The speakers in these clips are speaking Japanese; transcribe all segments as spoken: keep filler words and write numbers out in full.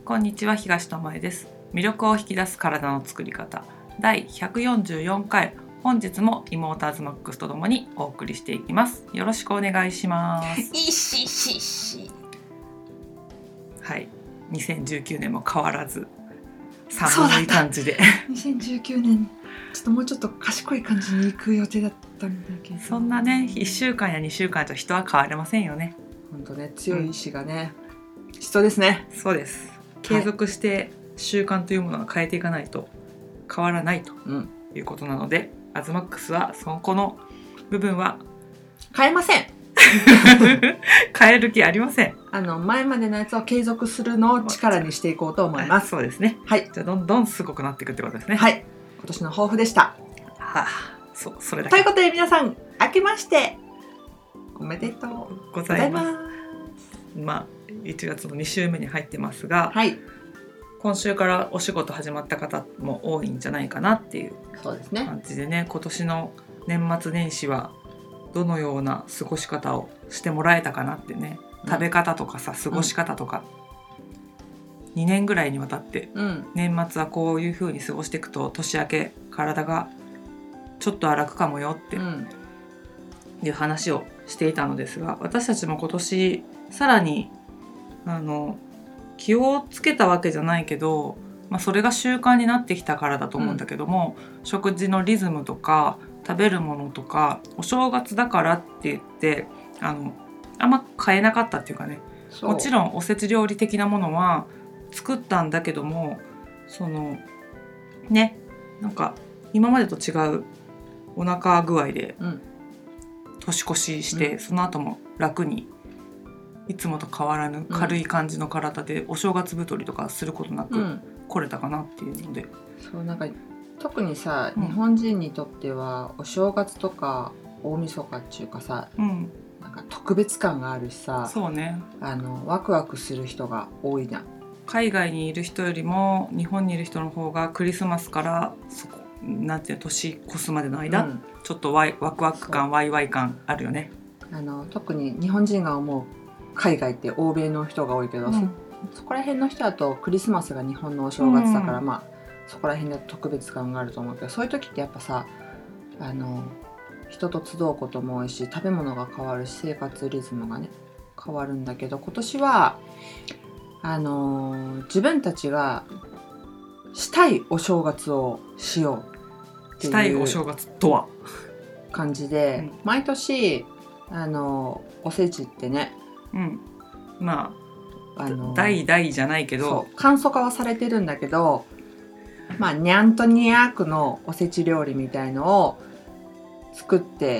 こんにちは、東智恵です。魅力を引き出す体の作り方だいひゃくよんじゅうよんかい、本日もイモーターズマックスとともにお送りしていきます。よろしくお願いします。 いしししはい、にせんじゅうきゅうねんも変わらず寒い感じでにせんじゅうきゅうねんちょっともうちょっと賢い感じに行く予定だったんだけど、 そんなねいっしゅうかんやにしゅうかんと人は変われませんよね。 本当ね、強い意志がね、うん、必要ですね。 そうです。継続して習慣というものは変えていかないと変わらないということなので、うん、アズマックスはそのこの部分は変えません変える気ありません。 あの前までのやつを継続するのを力にしていこうと思います。 そうですね。 はい。 じゃあどんどんすごくなっていくってことですね。 はい。今年の抱負でした。 はあ、そう、それだけ。 ということで皆さん明けましておめでとうございます。まあいちがつのに週目に入ってますが、 はい、 今週からお仕事始まった方も多いんじゃないかなっていう感じでね、今年の年末年始はどのような過ごし方をしてもらえたかなってね、うん、食べ方とかさ過ごし方とか、うん、にねんぐらいにわたって、うん、年末はこういう風に過ごしていくと年明け体がちょっと荒くかもよっていう話をしていたのですが、私たちも今年さらにあの気をつけたわけじゃないけど、まあ、それが習慣になってきたからだと思うんだけども、うん、食事のリズムとか食べるものとかお正月だからって言ってあのあんま変えなかったっていうかね、もちろんおせち料理的なものは作ったんだけども、そのねなんか今までと違うお腹具合で年越しして、うん、その後も楽にいつもと変わらぬ軽い感じの体でお正月太りとかすることなく来れたかなっていうので、うん、 そうなんか特にさ、うん、日本人にとってはお正月とか大晦日っていうかさ、うん、なんか特別感があるしさ、 そうね、 あのワクワクする人が多いじゃん。 海外にいる人よりも日本にいる人の方がクリスマスからそこなんていう年越すまでの間、うん、ちょっとワイワクワク感ワイワイ感あるよね。 あの特に日本人が思う海外って欧米の人が多いけど、うん、そ, そこら辺の人だとクリスマスが日本のお正月だから、うん、まあそこら辺で特別感があると思うけど、そういう時ってやっぱさあの人と集うことも多いし食べ物が変わるし生活リズムがね変わるんだけど、今年はあの自分たちがしたいお正月をしようっていうしたいお正月とは感じで、うん、毎年あのおせちってね、 うん、まあ、あの代々じゃないけど簡素化はされてるんだけど、まあにゃんとにゃーくのおせち料理みたいのを作って、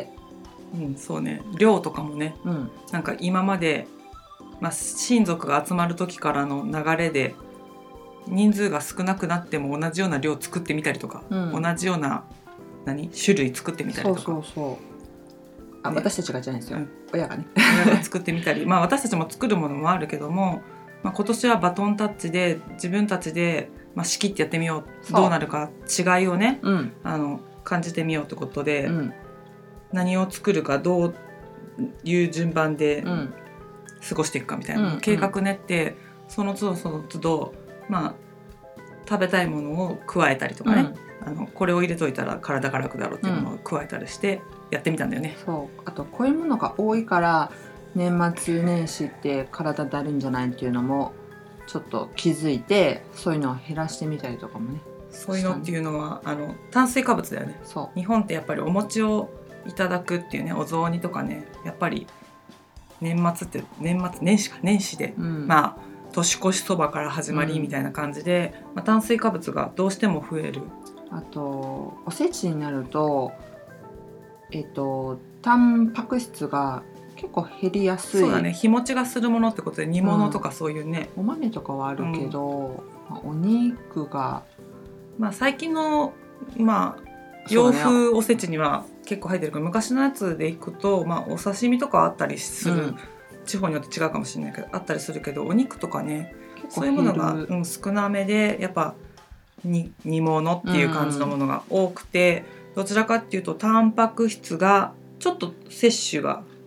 うん、そうね、量とかもね、うん、なんか今まで、まあ、親族が集まる時からの流れで人数が少なくなっても同じような量作ってみたりとか、うん、同じような何種類作ってみたりとか、 そうそうそうあ、ね、私たちがじゃないですよ、うん、親がね親が作ってみたりまあ私たちも作るものもあるけども、まあ、今年はバトンタッチで自分たちで、まあ、仕切ってやってみよう、どうなるか違いをね、うん、あの感じてみようってことで、うん、何を作るかどういう順番で過ごしていくかみたいな、うん、計画練って、うん、その都度その都度、まあ、食べたいものを加えたりとかね、うん、あのこれを入れといたら体が楽だろうっていうものを加えたりしてやってみたんだよね、 うん、そうあとこういうものが多いから年末年始って体だるいんじゃないっていうのもちょっと気づいて、そういうのを減らしてみたりとかもね。 そういうのっていうのはあの炭水化物だよね。そう日本ってやっぱりお餅をいただくっていうね、お雑煮とかね、やっぱり年末って年末年始か年始で、うん、まあ年越しそばから始まりみたいな感じで、うんまあ、炭水化物がどうしても増える。 あとおせちになるとえっとタンパク質が結構減りやすい。 そうだね、日持ちがするものってことで煮物とかそういうね、 うん、お豆とかはあるけど、うんまあ、お肉がまあ最近のまあ洋風おせちには結構入ってるけど、昔のやつでいくと、まあ、お刺身とかあったりする、うん、地方によって違うかもしれないけどあったりするけど、お肉とかねそういうものが、うん、少なめでやっぱに煮物っていう感じのものが多くて、うん、どちらかっていうとタンパク質がちょっと摂取が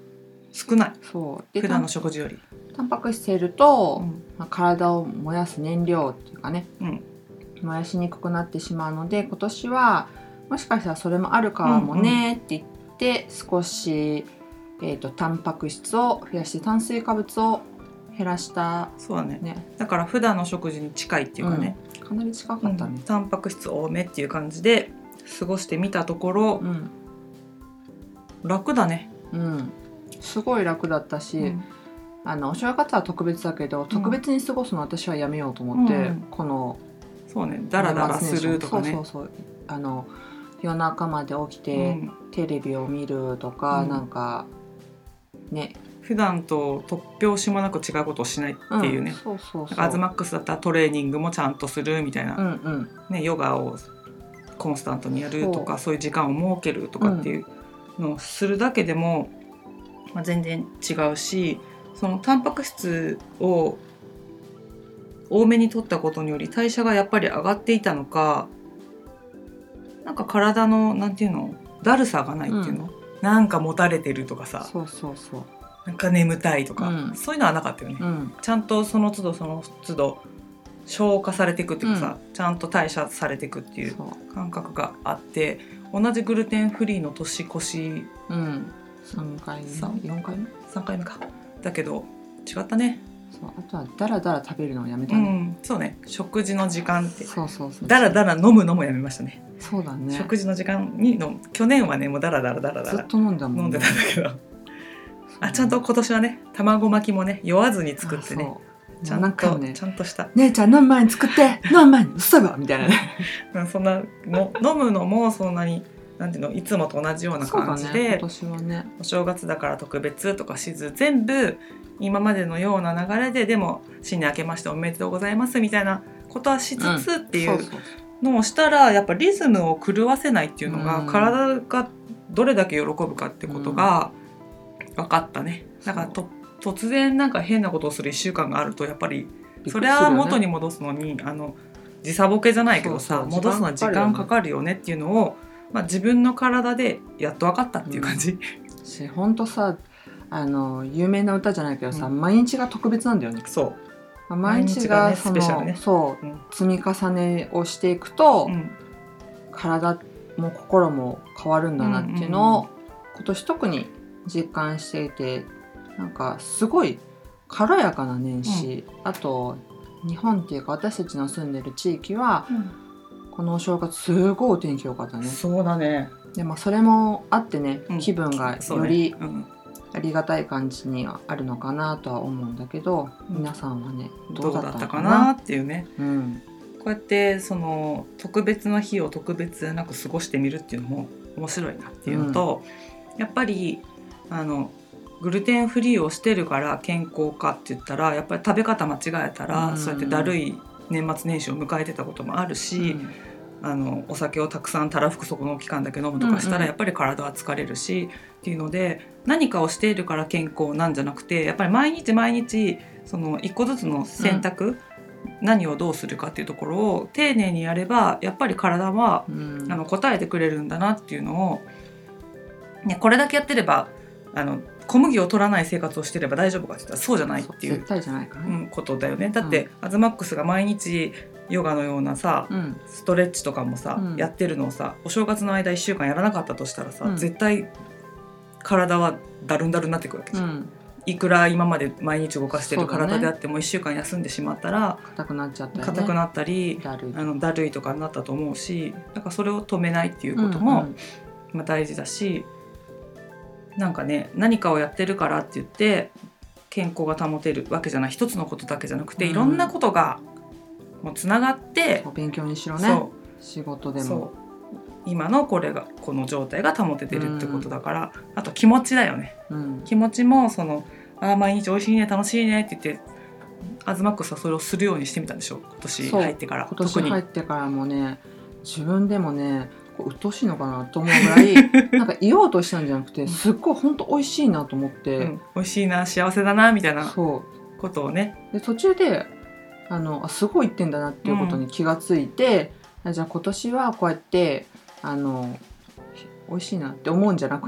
少ない。 そうで普段の食事よりタンパク質減ると、 うんまあ、体を燃やす燃料っていうかね、 うん、 燃やしにくくなってしまうので、今年はもしかしたらそれもあるかもねって言って、うんうん、少し、えーと、タンパク質を増やして炭水化物を減らした、 そうだね、ねだから普段の食事に近いっていうかね、 うん、かなり近かったね、 うん、タンパク質多めっていう感じで過ごしてみたところ、うん、楽だね、 うん、すごい楽だったし、うん、あのお正月は特別だけど、特別に過ごすの私はやめようと思って、うん、このそうね、ダラダラするとかね、 そうそうそう、あの夜中まで起きて、うん、テレビを見るとか、うん、なんかね、 普段と突拍子もなく違うことをしないっていうね、 うん、そうそうそう、 アズマックスだったらトレーニングもちゃんとするみたいな、うんうんね、ヨガをコンスタントにやるとか、そういう時間を設けるとかっていうのをするだけでも、まあ、全然違うし、そのタンパク質を多めに取ったことにより代謝がやっぱり上がっていたのか、なんか体のなんていうの、だるさがないっていうの、うん、なんかもたれてるとかさ、 そうそうそう、 なんか眠たいとか、 うん、 そういうのはなかったよね、 うん、 ちゃんとその都度その都度消化されていくっていうかさ、うん、ちゃんと代謝されていくっていう感覚があって、同じグルテンフリーの年越し、 うん、さんかいめよんかいめさんかいめかだけど違ったね。 そう、あとはダラダラ食べるのをやめたね、うん、 そうね、食事の時間ってそうそうそう、 ダラダラ飲むのもやめましたね。 そうだね、 食事の時間に飲む。去年はねもうダラダラダラダラずっと飲んだもん、ね、 飲んでたんだけど、あ、ちゃんと今年はね卵巻きもね酔わずに作ってね、ちゃんと、ね、ちゃんとした姉ちゃん飲む前に作って飲む前に嘘がみたいなねそんなの飲むのもそんなになんていうの、いつもと同じような感じで、 ね、今年はね、 お正月だから特別とかしず、全部今までのような流れで、でも新年明けましておめでとうございますみたいなことはしつつっていうのをしたら、やっぱリズムを狂わせないっていうのが、体がどれだけ喜ぶかってことが分かったね。だからと突然なんか変なことをするいっしゅうかんがあると、やっぱりそれは元に戻すのに、あの時差ボケじゃないけどさ、戻すのは時間かかるよねっていうのを、まあ、自分の体でやっと分かったっていう感じ、 うん、しほんとさ、あの有名な歌じゃないけどさ、うん、毎日が特別なんだよね。 そう、 毎日がその、毎日がね、スペシャルね、そう、うん、積み重ねをしていくと、うん、体も心も変わるんだなっていうのを、うんうんうん、今年特に実感していて、なんかすごい軽やかな年始、うん、あと日本っていうか私たちの住んでる地域は、うん、このお正月すごいお天気良かったね。 そうだね。 で、まあ、それもあってね、うん、気分がよりありがたい感じにあるのかなとは思うんだけど、うん、皆さんはねどうだったかなっていうね、うん、こうやってその特別な日を特別なく過ごしてみるっていうのも面白いなっていうのと、うん、やっぱりあのグルテンフリーをしてるから健康かって言ったら、やっぱり食べ方間違えたら、うん、そうやってだるい年末年始を迎えてたこともあるし、うん、あのお酒をたくさんたらふくそこの期間だけ飲むとかしたらやっぱり体は疲れるし、うんうん、っていうので、何かをしているから健康なんじゃなくて、やっぱり毎日毎日その一個ずつの選択、うん、何をどうするかっていうところを丁寧にやれば、やっぱり体は、うん、あの応えてくれるんだなっていうのを、ね、これだけやってればあの小麦を取らない生活をしてれば大丈夫かって言ったらそうじゃないっていう、 絶対じゃないかね、 うん、ことだよね。だって、うん、アズマックスが毎日ヨガのようなさ、うん、ストレッチとかもさ、うん、やってるのをさ、お正月の間いっしゅうかんやらなかったとしたらさ、うん、絶対体はだるんだるになってくるわけじゃん、うん、いくら今まで毎日動かしてる体であってもいっしゅうかん休んでしまったら硬くなっちゃったり、ね、 硬くなったりだるい、あのだるいとかになったと思うし、だからそれを止めないっていうことも、うんうん、まあ、大事だし、なんかね、何かをやってるからって言って健康が保てるわけじゃない。一つのことだけじゃなくて、いろんなことがもうつながって、 うん、勉強にしろね、仕事でも、そう今のこれがこの状態が保ててるってことだから、うん、あと気持ちだよね、うん、気持ちもそのあ毎日おいしいね楽しいねって言ってアズマックスはそれをするようにしてみたんでしょ、今年入ってから。 今年入ってからもね、自分でもねうっとうしいのかなと思うぐらいなんか言おうとしたんじゃなくて、すっごい本当美味しいなと思って、うん、美味しいな幸せだなみたいなことをね、 で途中であのあすごい言ってんだなっていうことに気がついて、うん、じゃあ今年はこうやってあの美味しいなって思うんじゃなくて、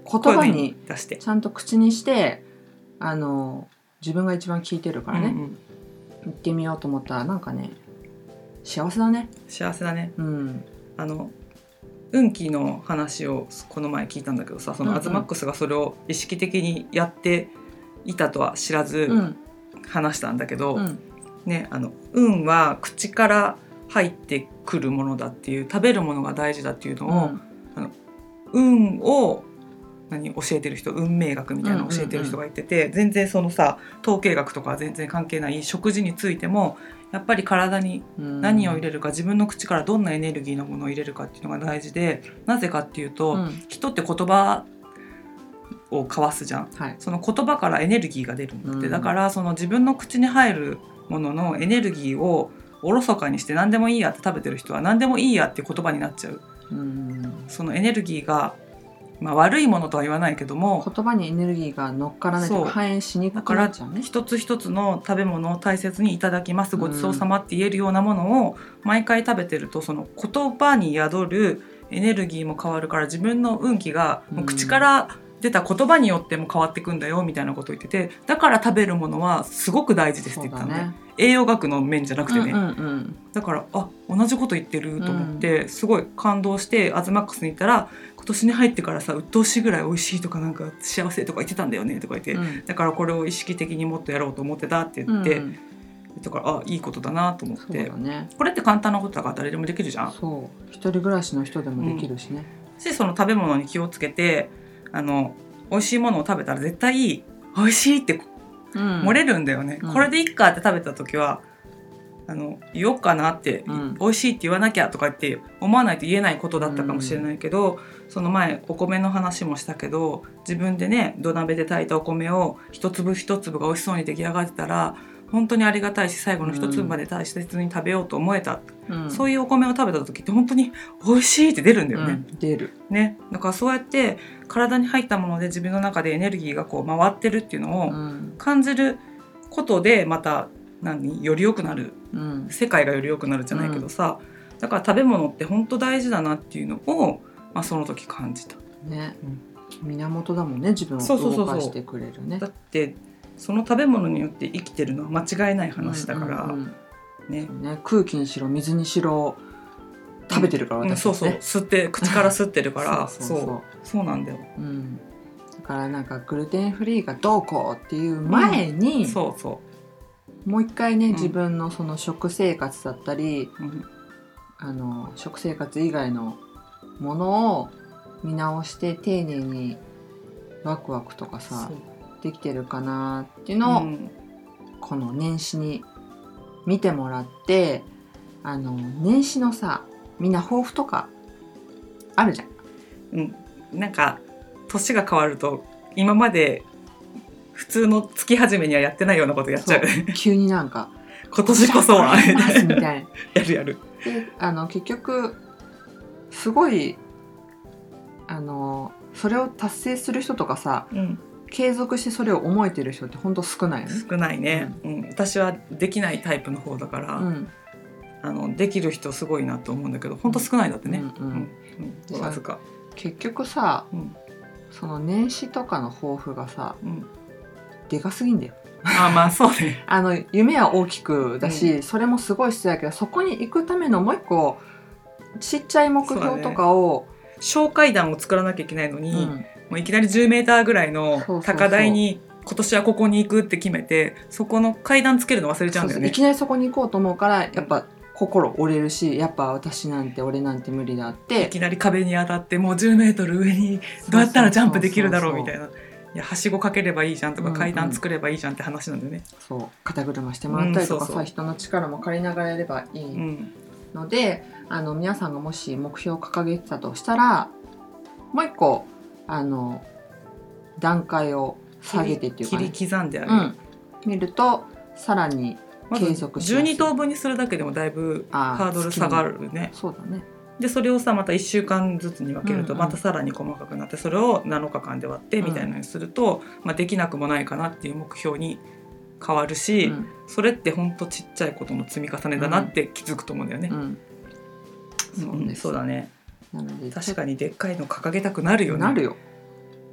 言葉にちゃんと口にしてあの自分が一番聞いてるからね、うんうん、言ってみようと思ったらなんかね幸せだね幸せだね、 うん、 あの運気の話をこの前聞いたんだけどさ、そのアズマックスがそれを意識的にやっていたとは知らず話したんだけど、うんね、あの運は口から入ってくるものだっていう、食べるものが大事だっていうのを、うん、あの運を何教えてる人、運命学みたいなの教えてる人が言ってて、うんうんうん、全然そのさ統計学とかは全然関係ない食事についてもやっぱり体に何を入れるか、自分の口からどんなエネルギーのものを入れるかっていうのが大事で、なぜかっていうと、うん、人って言葉を交わすじゃん、はい、その言葉からエネルギーが出るんだって、うん、だからその自分の口に入るもののエネルギーをおろそかにして何でもいいやって食べてる人は何でもいいやっていう言葉になっちゃう、うん、そのエネルギーが、まあ、悪いものとは言わないけども言葉にエネルギーが乗っからないと反映しにくくなっちゃうね。 だから一つ一つの食べ物を大切にいただきます、ごちそうさまって言えるようなものを毎回食べてると、その言葉に宿るエネルギーも変わるから、自分の運気がもう口から出た言葉によっても変わってくんだよみたいなことを言ってて、だから食べるものはすごく大事ですって言ったのね。栄養学の面じゃなくてね、うんうんうん、だからあ同じこと言ってると思って、うん、すごい感動してアズマックスに行ったら、今年に入ってからさ鬱陶しいぐらい美味しいとかなんか幸せとか言ってたんだよねとか言って、うん、だからこれを意識的にもっとやろうと思ってたって言って、うん、だからあいいことだなと思って、ね、これって簡単なことだから誰でもできるじゃん。 そう一人暮らしの人でもできるしね、 うん、しその食べ物に気をつけて、あの美味しいものを食べたら絶対美味しいって漏れるんだよね、うん、これでいっかって食べた時はあの言おうかなって、うん、美味しいって言わなきゃとかって思わないと言えないことだったかもしれないけど、うん、その前お米の話もしたけど、自分でね土鍋で炊いたお米を一粒一粒が美味しそうに出来上がってたら本当にありがたいし、最後の一粒まで大切に食べようと思えた、うん、そういうお米を食べた時って本当に美味しいって出るんだよね、うん、 出るね。だからそうやって体に入ったもので自分の中でエネルギーがこう回ってるっていうのを感じることで、また何より良くなる、うん、世界がより良くなるじゃないけどさ、うん、だから食べ物って本当大事だなっていうのを、まあ、その時感じたね、うん、源だもんね、自分を動かしてくれるね。 だってその食べ物によって生きてるのは間違いない話だから、うんうんうんねね、空気にしろ水にしろ食べてるから、 うん、私たちね、そうそう吸って口から吸ってるからそうそうそうそうそうなんだよ、 うん、だからなんかグルテンフリーがどうこうっていう前に、 うん、そうそうもう一回ね、うん、自分のその食生活だったり、うん、あの食生活以外のものを見直して丁寧にワクワクとかさできてるかなっていうのを、うん、この年始に見てもらって、あの年始のさみんな抱負とかあるじゃん、 うん、なんか年が変わると今まで普通の月始めにはやってないようなことやっちゃう急になんか今年こそはみたいなやるやるで、あの結局すごいあのそれを達成する人とかさ、うん、継続してそれを思えてる人って本当少ないよね。 少ないね、うんうん、私はできないタイプの方だから、うん、あのできる人すごいなと思うんだけど本当少ないだってね、うんうんうん、わずか。 結局さ、うん、その年始とかの抱負がさ、うん、でかすぎんだよ。 あまあそうねあの夢は大きくだし、うん、それもすごい必要だけど、そこに行くためのもう一個ちっちゃい目標とかを、 ね、小階段を作らなきゃいけないのに、うん、もういきなりじゅうメーターぐらいの高台に今年はここに行くって決めて、そこの階段つけるの忘れちゃうんだよね。そうそう、 いきなりそこに行こうと思うからやっぱ心折れるし、やっぱ私なんて俺なんて無理だって、 いきなり壁に当たってもうじゅうメートル上にどうやったらジャンプできるだろうみたいな、いやはしごかければいいじゃんとか、うんうん、階段作ればいいじゃんって話なんだよね。 そう肩車してもらったりとかさ、うん、そうそう、人の力も借りながらやればいいので、うん、あの皆さんがもし目標を掲げてたとしたらもう一個あの段階を下げてっていうか、ね、 切り刻んであげる、うん、 見るとさらに継続しやすい。 じゅうに等分にするだけでもだいぶハードル下がるね。 そうだね。 でそれをさまたいっしゅうかんずつに分けるとまたさらに細かくなって、それをなのかかんで割ってみたいなのにすると、うんまあ、できなくもないかなっていう目標に変わるし、うん、それってほんとちっちゃいことの積み重ねだなって気づくと思うんだよね、うんうん、 そうです、 そうだね。なので確かにでっかいの掲げたくなるよね。 なるよ。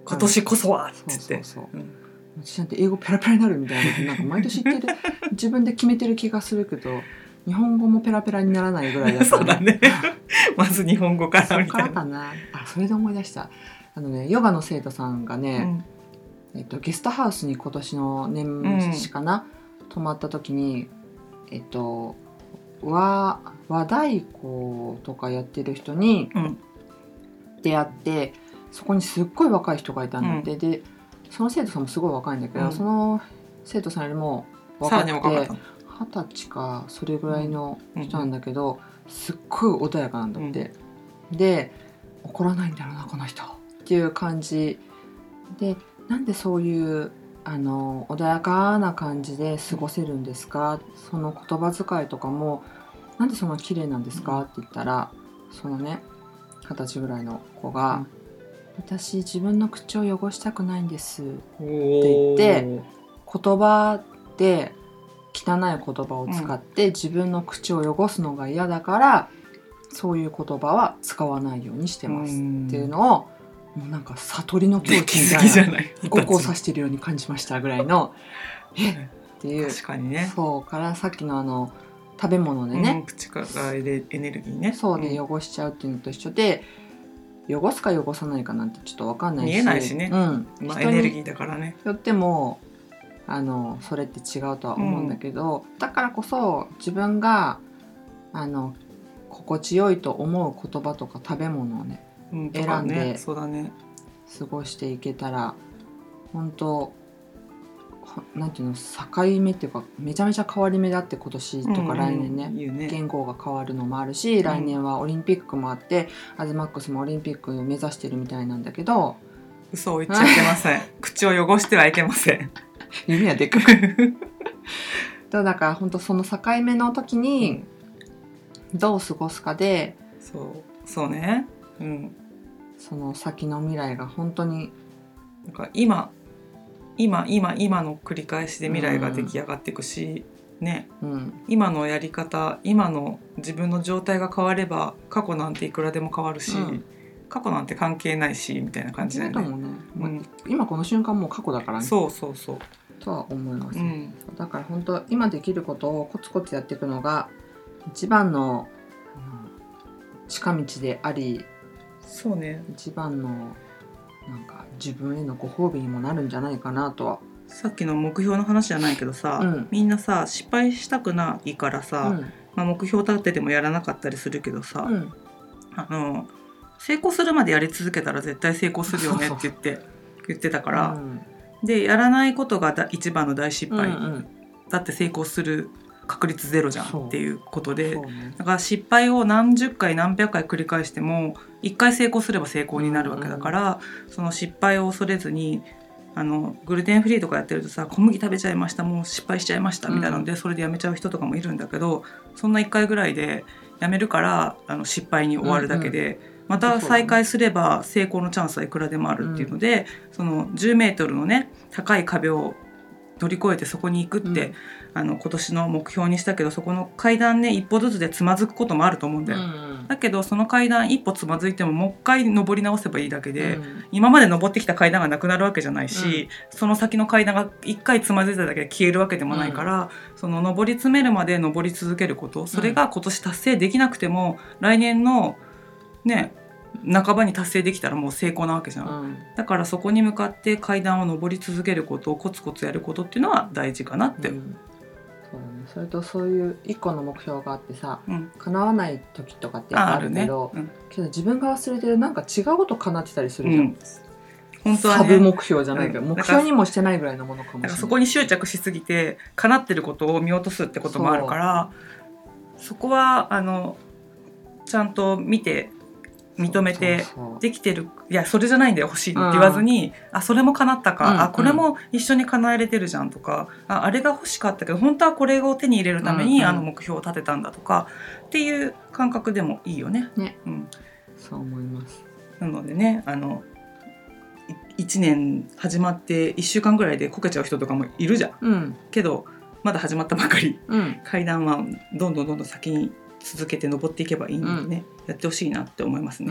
今年こそはって言って、 そうそうそう、うん、私なんて英語ペラペラになるみたいなことなんか毎年言ってる自分で決めてる気がするけど日本語もペラペラにならないぐらいだから、ね、 そうだねまず日本語からみたいな。そこからかなあ。それで思い出したあのねヨガの生徒さんがね、うんえっと、ゲストハウスに今年の年始かな、うん、泊まった時にえっと和和太鼓とかやってる人に出会って、うん、そこにすっごい若い人がいたんだって、うん、でその生徒さんもすごい若いんだけど、うん、その生徒さんよりも若くて二十歳かそれぐらいの人なんだけど、うん、すっごい穏やかなんだって、うん、で怒らないんだろうなこの人っていう感じで、なんでそういうあの穏やかな感じで過ごせるんですか、その言葉遣いとかもなんでそんな綺麗なんですかって言ったら、そのね二十歳ぐらいの子が、うん、私自分の口を汚したくないんですって言って、言葉で汚い言葉を使って自分の口を汚すのが嫌だから、うん、そういう言葉は使わないようにしてますっていうのを、もうなんか悟りの境地みたいな五個を指してるように感じましたぐらいのえっていう。 確かにね。 そうからさっきのあの食べ物でね、 うん、口からエネルギーね、 そうで汚しちゃうっていうのと一緒で、うん、汚すか汚さないかなんてちょっと分かんないし、 見えないしね、 うんまあ、エネルギーだからね。 よってもあのそれって違うとは思うんだけど、うん、だからこそ自分があの心地よいと思う言葉とか食べ物をね、うん、選んで過ごしていけたら、本当なんていうの境目っていうかめちゃめちゃ変わり目だって、今年とか来年ね、うんうん、ね言語が変わるのもあるし、来年はオリンピックもあって、うん、アズマックスもオリンピックを目指してるみたいなんだけど、 嘘を言っちゃいけません口を汚してはいけません夢はでかいだから本当その境目の時にどう過ごすかで、 そうそうね、うん、 その先の未来が本当になんか今今今今の繰り返しで未来が出来上がっていくし、うんねうん、今のやり方、今の自分の状態が変われば過去なんていくらでも変わるし、うん、過去なんて関係ないしみたいな感じだよね。 もねうん、今この瞬間もう過去だからね。 そうそうそうとは思います、うん、だから本当今できることをコツコツやっていくのが一番の、うん、近道であり、 そうね、 一番のなんか自分へのご褒美にもなるんじゃないかなとは。 さっきの目標の話じゃないけどさ、うん、みんなさ失敗したくないからさ、うんまあ、目標立ててもやらなかったりするけどさ、うん、あの成功するまでやり続けたら絶対成功するよねって言って言ってたから、うん、でやらないことが一番の大失敗、うんうん、だって成功する確率ゼロじゃんっていうことで、ね、だから失敗を何十回何百回繰り返してもいっかい成功すれば成功になるわけだから、うんうん、その失敗を恐れずに、あのグルテンフリーとかやってるとさ、小麦食べちゃいました、もう失敗しちゃいましたみたいなので、うん、それでやめちゃう人とかもいるんだけど、そんないっかいぐらいでやめるからあの失敗に終わるだけで、うんうん、また再開すれば成功のチャンスはいくらでもあるっていうので、うん、そのじゅうメートルのね高い壁を乗り越えてそこに行くって、うん、あの今年の目標にしたけど、そこの階段ね一歩ずつでつまずくこともあると思うんだよ、うん、だけどその階段一歩つまずいてももう一回登り直せばいいだけで、うん、今まで登ってきた階段がなくなるわけじゃないし、うん、その先の階段が一回つまずいただけで消えるわけでもないから、うん、その登り詰めるまで登り続けること、それが今年達成できなくても来年のね半ばに達成できたらもう成功なわけじゃん、うん、だからそこに向かって階段を上り続けることをコツコツやることっていうのは大事かなって、うん、 そうだね、それとそういう一個の目標があってさ、うん、叶わない時とかってやっぱあるけど、あるね、うん、けど自分が忘れてるなんか違うこと叶ってたりするじゃん、うん、本当はね、サブ目標じゃないけど、うん、目標にもしてないぐらいのものかもしれない。だからそこに執着しすぎて叶ってることを見落とすってこともあるから、 そ, そこはあのちゃんと見て認めてできてる、いやそれじゃないんだよ欲しいって言わずに、うん、あそれも叶ったか、うん、あこれも一緒に叶えれてるじゃんとか、ああれが欲しかったけど本当はこれを手に入れるために、うんうん、あの目標を立てたんだとかっていう感覚でもいいよね。 ね、うん、そう思います。 なのでね、あのいちねん始まっていっしゅうかんぐらいでこけちゃう人とかもいるじゃん、うん、けどまだ始まったばかり、うん、階段はどんどんどんどん先に続けて登っていけばいいのでね、うん、やってほしいなって思いますね、うん、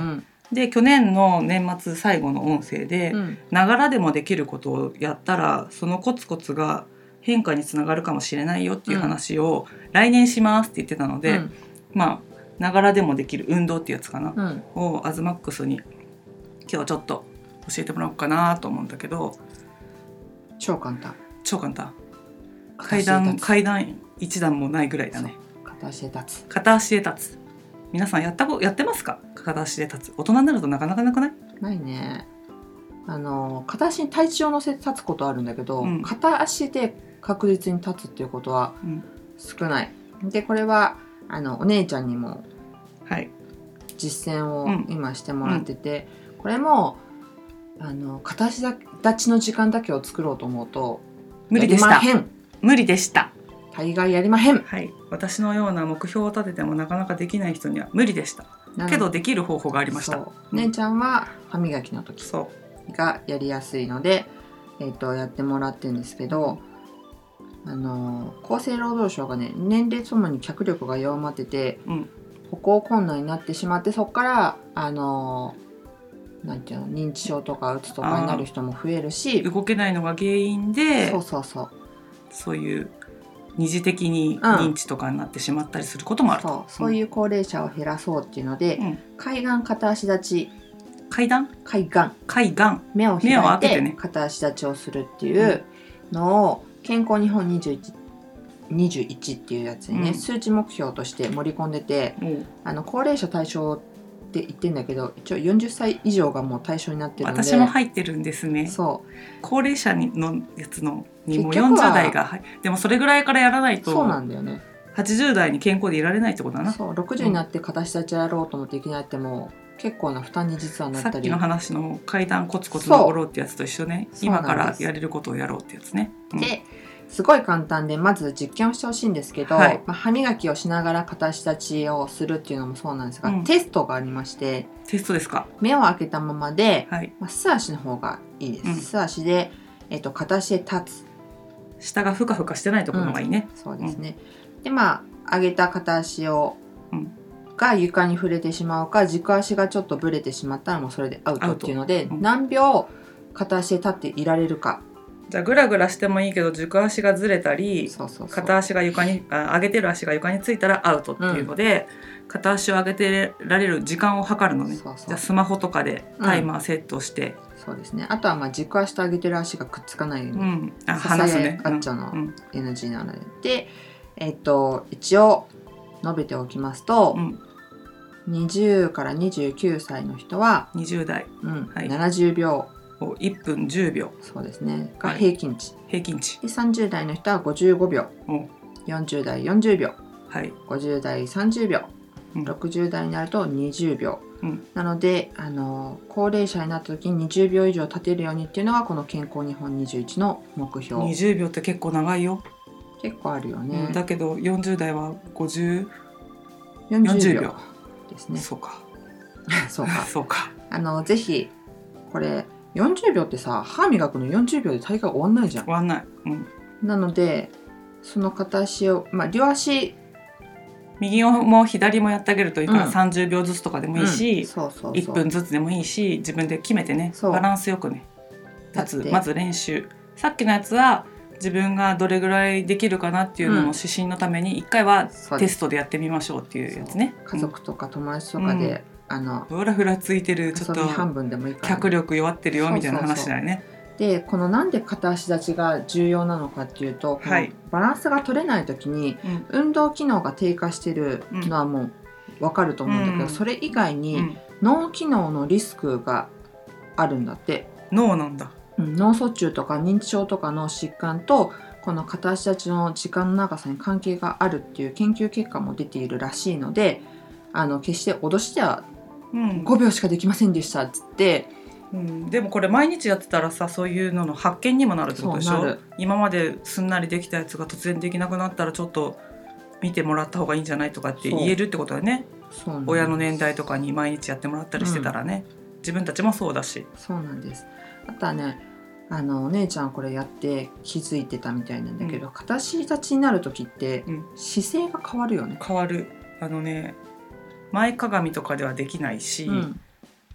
で去年の年末最後の音声でながらでもできることをやったらそのコツコツが変化につながるかもしれないよっていう話を来年しますって言ってたので、うん、まあながらでもできる運動っていうやつかな、うん、をアズマックスに今日ちょっと教えてもらおうかなと思うんだけど、 超簡単超簡単階段階段一段もないぐらいだね。 片足で立つ片足で立つ皆さんやったこやってますか？片足で立つ大人になるとなかなかなくない？ ないね。あの片足に体重を乗せて立つことはあるんだけど、うん、片足で確実に立つっていうことは少ない、うん、でこれはあのお姉ちゃんにも実践を今してもらってて、うん、これもあの片足立ちの時間だけを作ろうと思うと無理でした。無理でした大概やりまへん、 はい、私のような目標を立ててもなかなかできない人には無理でした。けどできる方法がありました。 そう、姉ちゃんは歯磨きの時がやりやすいので、えー、とやってもらってるんですけど、あの厚生労働省がね年齢ともに脚力が弱まってて、うん、歩行困難になってしまって、そこからあのなんていうの認知症とかうつとかになる人も増えるし、 動けないのが原因でそうそうそうそういう二次的に認知とかになってしまったりすることもある、 うん、そう、そういう高齢者を減らそうっていうので、うん、海岸片足立ち階段海岸海岸目を開いて片足立ちをするっていうのを健康日本にじゅういち、にじゅういちっていうやつにね、うん、数値目標として盛り込んでて、うん、あの高齢者対象って言ってんだけど一応よんじゅっさい以上がもう対象になってるので、 私も入ってるんですね。 そう高齢者のやつのにもよんじゅう代がでもそれぐらいからやらないとそうなんだよね。 はちじゅう代に健康でいられないってことだな。 そうろくじゅうになって片足立ちやろうと思っていきなりやっても結構な負担に実はなったり、 さっきの話の階段コツコツ登ろうってやつと一緒ね。今からやれることをやろうってやつね、 うん、ですごい簡単でまず実験をしてほしいんですけど、はい、まあ、歯磨きをしながら片足立ちをするっていうのもそうなんですが、うん、テストがありまして。 テストですか？ 目を開けたままで、はい、まあ、素足の方がいいです、うん、素足で、えーと、片足で立つ、 下がふかふかしてないところがいいね、 うん、そうですね、うん、でまあ上げた片足を、うん、が床に触れてしまうか軸足がちょっとブレてしまったらもうそれでアウトっていうので、うん、何秒片足で立っていられるか。 じゃあグラグラしてもいいけど軸足がずれたり、そうそうそう、片足が床にあ上げてる足が床についたらアウトっていうので、うん、片足を上げてられる時間を測るのね。そうそう、じゃあスマホとかでタイマーセットして、 うん、そうですね。あとはまあ軸足と上げてる足がくっつかないように、うん、 あ離すね、 あっちゃうの エヌジー なので、うん、で、えー、っと一応述べておきますと、うん、にじゅうからにじゅうきゅうさいの人はにじゅう代、 うんはい、ななじゅうびょういっぷんじゅうびょう、 そうですね、が平均値、 はい、平均値でさんじゅう代の人はごじゅうごびょう、よんじゅう代よんじゅうびょう、はい、ごじゅう代さんじゅうびょう、うん、ろくじゅう代になるとにじゅうびょう、うん、なのであの高齢者になった時ににじゅうびょう以上立てるようにっていうのがこの健康日本にじゅういちの目標。 にじゅうびょうって結構長いよ。 結構あるよね、 うん、だけどよんじゅう代はごじゅう、 よんじゅうびょうですね。 そうかそうかそうか。 あのぜひこれよんじゅうびょうってさ歯磨くのよんじゅうびょうで大会終わんないじゃん。 終わんない、うん、 なのでその片足を、まあ、両足右も左もやってあげるといいから、うん、さんじゅうびょうずつとかでもいいし、うん、そうそうそういっぷんずつでもいいし自分で決めてねバランスよくね立つ。まず練習、さっきのやつは自分がどれぐらいできるかなっていうのの指針のためにいっかいはテストでやってみましょうっていうやつね。 家族とか友達とかで、うんあのふらふらついてるちょっと半分でもいいから、ね、 脚力弱ってるよみたいな話だよね。 そうそうそうでこのなんで片足立ちが重要なのかっていうと、はい、バランスが取れない時に、うん、運動機能が低下してるのはもう分かると思うんだけど、うん、それ以外に、うん、脳機能のリスクがあるんだって。 脳なんだ、 うん、脳卒中とか認知症とかの疾患とこの片足立ちの時間の長さに関係があるっていう研究結果も出ているらしいので、あの決して脅してはごびょうしかできませんでしたっつって、 うん、でもこれ毎日やってたらさそういうのの発見にもなるってことでしょ。今まですんなりできたやつが突然できなくなったらちょっと見てもらった方がいいんじゃないとかって言えるってことだよね。親の年代とかに毎日やってもらったりしてたらね、うん、自分たちもそうだし。 そうなんです。あとはねあのお姉ちゃんこれやって気づいてたみたいなんだけど、うん、片足立ちになる時って、うん、姿勢が変わるよね。 変わる。あのね前かがみとかではできないし、うん、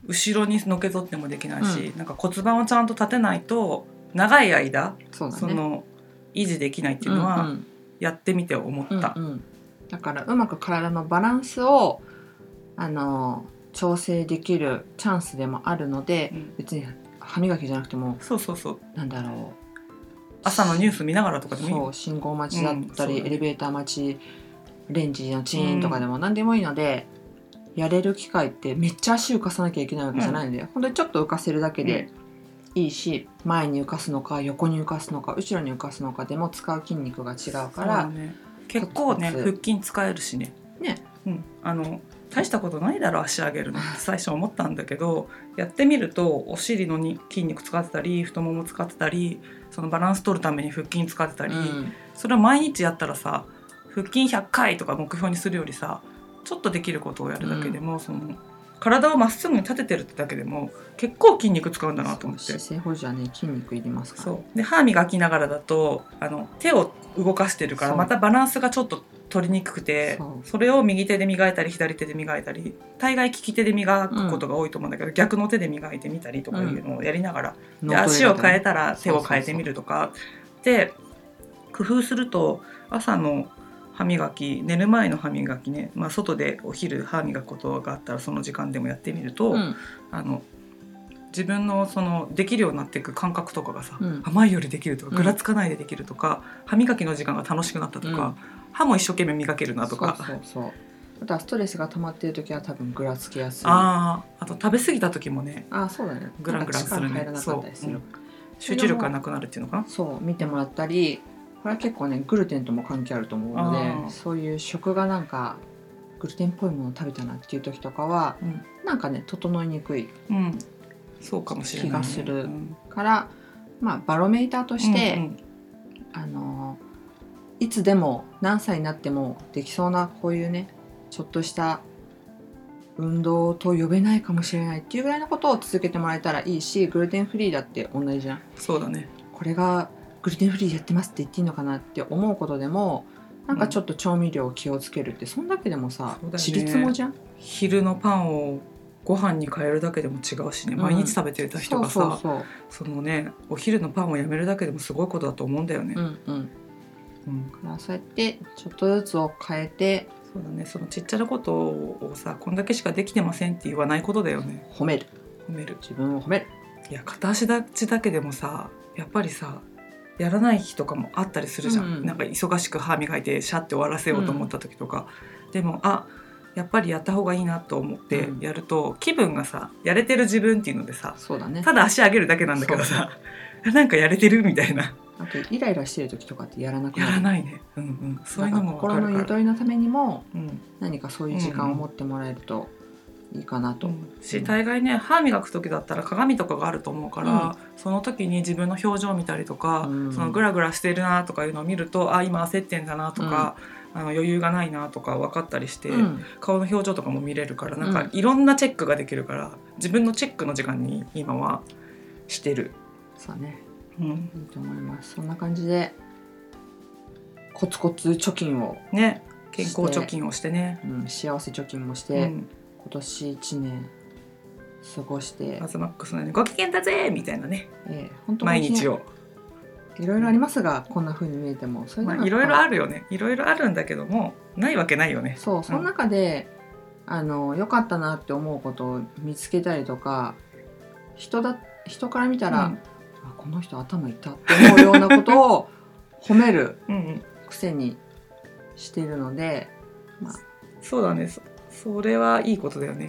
後ろにのけぞってもできないし、 うん、 なんか骨盤をちゃんと立てないと長い間そ, うだ、ね、 その維持できないっていうのはやってみて思った、 うんうん、だからうまく体のバランスをあの調整できるチャンスでもあるので、うん、別に歯磨きじゃなくてもそうそうそうなんだろう朝のニュース見ながらとかでもいい、 そう信号待ちだったり、うん、エレベーター待ちレンジのチーンとかでも何でもいいので、うん、やれる機会ってめっちゃ足浮かさなきゃいけないわけじゃないので、うん、本当にちょっと浮かせるだけでいいし、うん、前に浮かすのか横に浮かすのか後ろに浮かすのかでも使う筋肉が違うから、 ね、結構ね腹筋使えるしね、 ね、 うん、あの大したことないだろ足上げるのって最初思ったんだけどやってみるとお尻のに筋肉使ってたり太もも使ってたりそのバランス取るために腹筋使ってたり、うん、それを毎日やったらさ腹筋ひゃっかいとか目標にするよりさちょっとできることをやるだけでも、うん、その体をまっすぐに立ててるってだけでも結構筋肉使うんだなと思って。 姿勢保持はね筋肉いりますから、ね、 そうで歯磨きながらだとあの手を動かしてるからまたバランスがちょっと取りにくくて そ, それを右手で磨いたり左手で磨いたり大概利き手で磨くことが多いと思うんだけど、うん、逆の手で磨いてみたりとかいうのをやりながら、うん、で足を変えたら手を変えてみるとかで工夫すると朝の歯磨き寝る前の歯磨きね、まあ、外でお昼歯磨くことがあったらその時間でもやってみると、うん、あの自分のそのできるようになっていく感覚とかがさ、うん、前よりできるとかぐらつかないでできるとか、うん、歯磨きの時間が楽しくなったとか、うん、歯も一生懸命磨けるなとかそうそうそうあとはストレスが溜まっている時は多分ぐらつきやすいああと食べ過ぎた時もねあそうだねグラグラするねそう、うん、 集中力がなくなるっていうのかなそう見てもらったりこれは結構ねグルテンとも関係あると思うのでそういう食がなんかグルテンっぽいものを食べたなっていう時とかは、うん、なんかね整いにくい、 うん、そうかもしれない、 気がするから、うん、まあバロメーターとして、うんうん、あのいつでも何歳になってもできそうなこういうねちょっとした運動と呼べないかもしれないっていうぐらいのことを続けてもらえたらいいしグルテンフリーだって同じじゃんそうだねこれがグルテンフリーやってますって言っていいのかなって思うことでもなんかちょっと調味料を気をつけるって、うん、そんだけでもさちりつもじゃん昼のパンをご飯に変えるだけでも違うしね、うん、毎日食べてた人がさそうそうそうそのねお昼のパンをやめるだけでもすごいことだと思うんだよね、 うんうんうん、からそうやってちょっとずつを変えてそうだねそのちっちゃなことをさこんだけしかできてませんって言わないことだよね褒める褒める自分を褒めるいや片足立ちだけでもさやっぱりさやらない日とかもあったりするじゃん、うん、なんか忙しく歯磨いてシャッて終わらせようと思った時とか、うん、でもあやっぱりやった方がいいなと思ってやると、うん、気分がさやれてる自分っていうのでさそうだね、 ただ足上げるだけなんだけどさなんかやれてるみたいなあとイライラしてる時とかってやらなくなるやらないね、うんうん、そういうのも分かるから心のゆとりのためにも、うん、何かそういう時間を持ってもらえるといいかなと、うん、 し大概ね歯磨く時だったら鏡とかがあると思うから、うん、その時に自分の表情を見たりとか、うん、そのグラグラしてるなとかいうのを見るとあ今焦ってんだなとか、うん、あの余裕がないなとか分かったりして、うん、顔の表情とかも見れるからなんかいろんなチェックができるから自分のチェックの時間に今はしてるそうね、うん、いいと思います。そんな感じでコツコツ貯金をね健康貯金をしてね、 うん、幸せ貯金もして、うん、今年いちねん過ごしてアズマックスのようにご機嫌だぜみたいなね、 えー、本当毎日をいろいろありますが、うん、こんな風に見えてもそれいろいろあるよねいろいろあるんだけどもないわけないよねそうその中で、うん、あの良かったなって思うことを見つけたりとか人だ人から見たら、うん、あこの人頭いたって思うようなことを褒める癖にしているのでまあ、 そうだね そ, それはいいことだよね、 うん、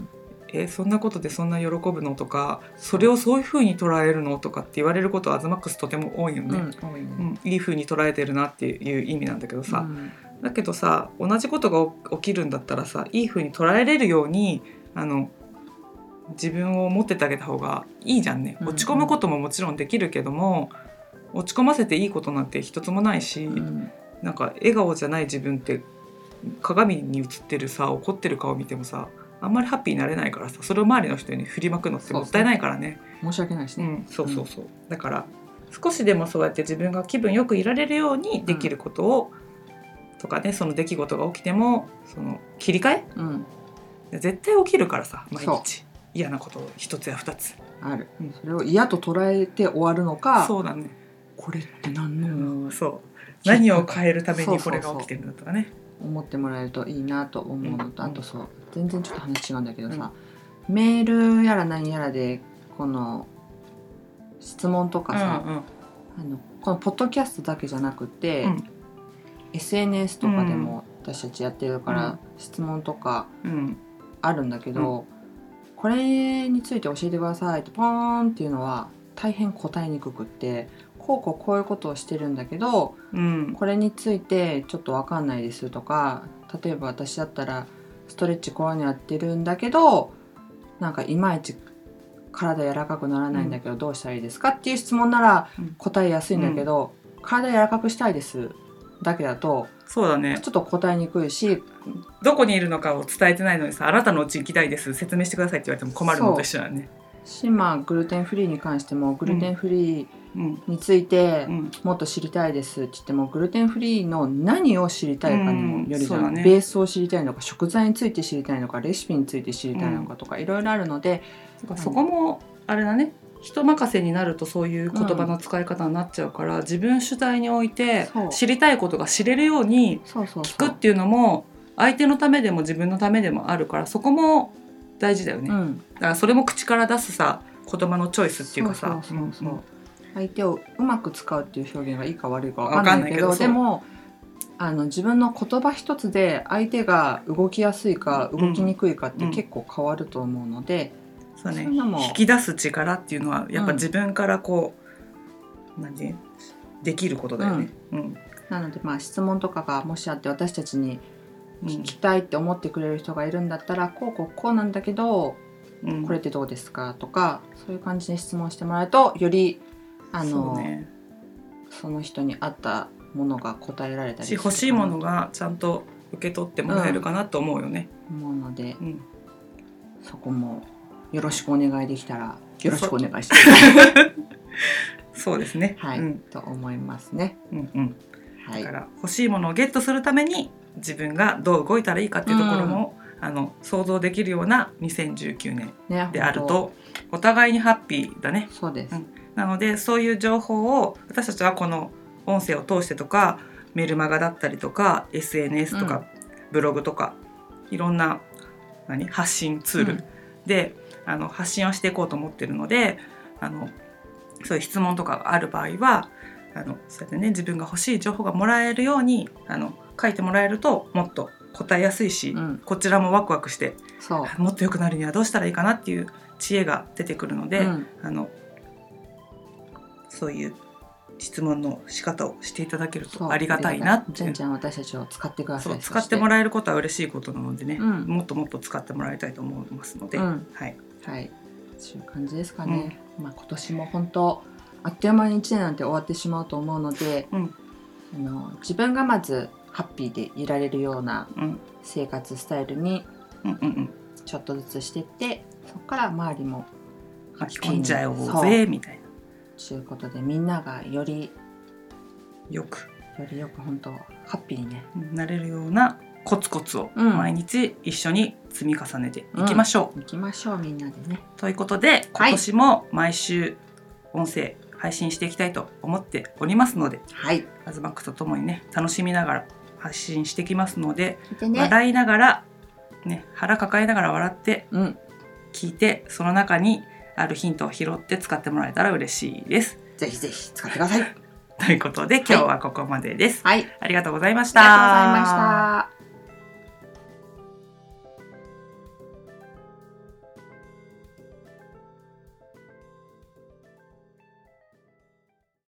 えそんなことでそんな喜ぶのとかそれをそういう風に捉えるのとかって言われることはアズマックスとても多いよね、うん多いねうん、いい風に捉えてるなっていう意味なんだけどさ、うん、だけどさ同じことが起きるんだったらさいい風に捉えれるようにあの自分を持ってってあげた方がいいじゃんね。落ち込むことももちろんできるけども、うん、落ち込ませていいことなんて一つもないし、うん、なんか笑顔じゃない自分って鏡に映ってるさ怒ってる顔見てもさあんまりハッピーになれないからさそれを周りの人に振りまくのってもったいないからね。 申し訳ないしね、 うん、そうそうそう、うん、だから少しでもそうやって自分が気分よくいられるようにできることを、うん、とかねその出来事が起きてもその切り替え、うん、絶対起きるからさ毎日嫌なこと一つや二つある、うん、それを嫌と捉えて終わるのか、 そうだね、 これって何の、 うん、そう何を変えるためにこれが起きてるんだとかね、 そうそうそう思ってもらえるといいなと思うのと、うん、あとそう全然ちょっと話違うんだけどさ、うん、メールやら何やらでこの質問とかさ、うんうん、あのこのポッドキャストだけじゃなくて、うん、エスエヌエス とかでも私たちやってるから、うん、質問とかあるんだけど、うん、これについて教えてくださいってポーンっていうのは大変答えにくくって、こうこうこういうことをしてるんだけど、うん、これについてちょっと分かんないですとか、例えば私だったらストレッチこういうのやってるんだけどなんかいまいち体柔らかくならないんだけどどうしたらいいですかっていう質問なら答えやすいんだけど、うん、体柔らかくしたいですだけだとそうだね、 ちょっと答えにくいし、 どこにいるのかを伝えてないのにさ、あなたのうち行きたいです説明してくださいって言われても困るのと一緒だね。 し、まあグルテンフリーに関してもグルテンフリーについてもっと知りたいですって言っても、グルテンフリーの何を知りたいかにもよりじゃん、うんね、ベースを知りたいのか、食材について知りたいのか、レシピについて知りたいのかとかいろいろあるので、 うん、そこもあれだね、人任せになるとそういう言葉の使い方になっちゃうから、うん、自分主体において知りたいことが知れるように聞くっていうのも相手のためでも自分のためでもあるから、そこも大事だよね、うん、だからそれも口から出すさ言葉のチョイスっていうかさ、 相手をうまく使うっていう表現がいいか悪いか分かんないけど、でもあの自分の言葉一つで相手が動きやすいか動きにくいかって結構変わると思うので、 うんそうね、そういうのも引き出す力っていうのはやっぱ自分からこう、うん、何でできることだよね、うんうん、 なのでまあ質問とかがもしあって私たちに聞きたいって思ってくれる人がいるんだったら、うん、こうこうこうなんだけど、うん、これってどうですかとかそういう感じで質問してもらうとよりあの そ,、ね、その人に合ったものが答えられたりする欲しいものがちゃんと受け取ってもらえるかなと思うよね、 うん、思うので、うん、そこもよろしくお願いできたらよろしくお願いしますそうですね、 はい、うん、と思いますね、 うんうんはい、だから欲しいものをゲットするために自分がどう動いたらいいかっていうところも、うん、あの想像できるようなにせんじゅうきゅうねんであると、ね、お互いにハッピーだね。 そうです、うん、 なのでそういう情報を私たちはこの音声を通してとかメルマガだったりとか エスエヌエス とか、うん、ブログとかいろんな何発信ツールで、うん、あの発信をしていこうと思ってるので、あのそういう質問とかがある場合はあのそうやってね自分が欲しい情報がもらえるようにあの書いてもらえるともっと答えやすいし、うん、こちらもワクワクしてそうもっと良くなるにはどうしたらいいかなっていう知恵が出てくるので、うん、あのそういう質問の仕方をしていただけるとありがたいなって。 じゃんじゃん私たちを使ってください。 そう使ってもらえることは嬉しいことなのでね、うん、もっともっと使ってもらいたいと思いますので、うん、はい、 はい、そういう感じですかね、うんまあ、今年も本当あっという間にいちねんなんて終わってしまうと思うので、うん、あの自分がまずハッピーでいられるような生活スタイルにちょっとずつしていって、そこから周りも巻き込んじゃおうぜみたいなということでみんながよりよくよりよく本当ハッピーに、ね、 なれるようなコツコツを毎日一緒に積み重ねていきましょう、 うん、いきましょうみんなでね。 ということで今年も毎週音声配信していきたいと思っておりますので、はい、アズマックとともにね楽しみながら発信してきますので、ね、笑いながら、ね、腹抱えながら笑って聞いて、うん、その中にあるヒントを拾って使ってもらえたら嬉しいです。 ぜひぜひ使ってください。 ということで今日はここまでです。はい、ありがとうございました。 ありがとうございました。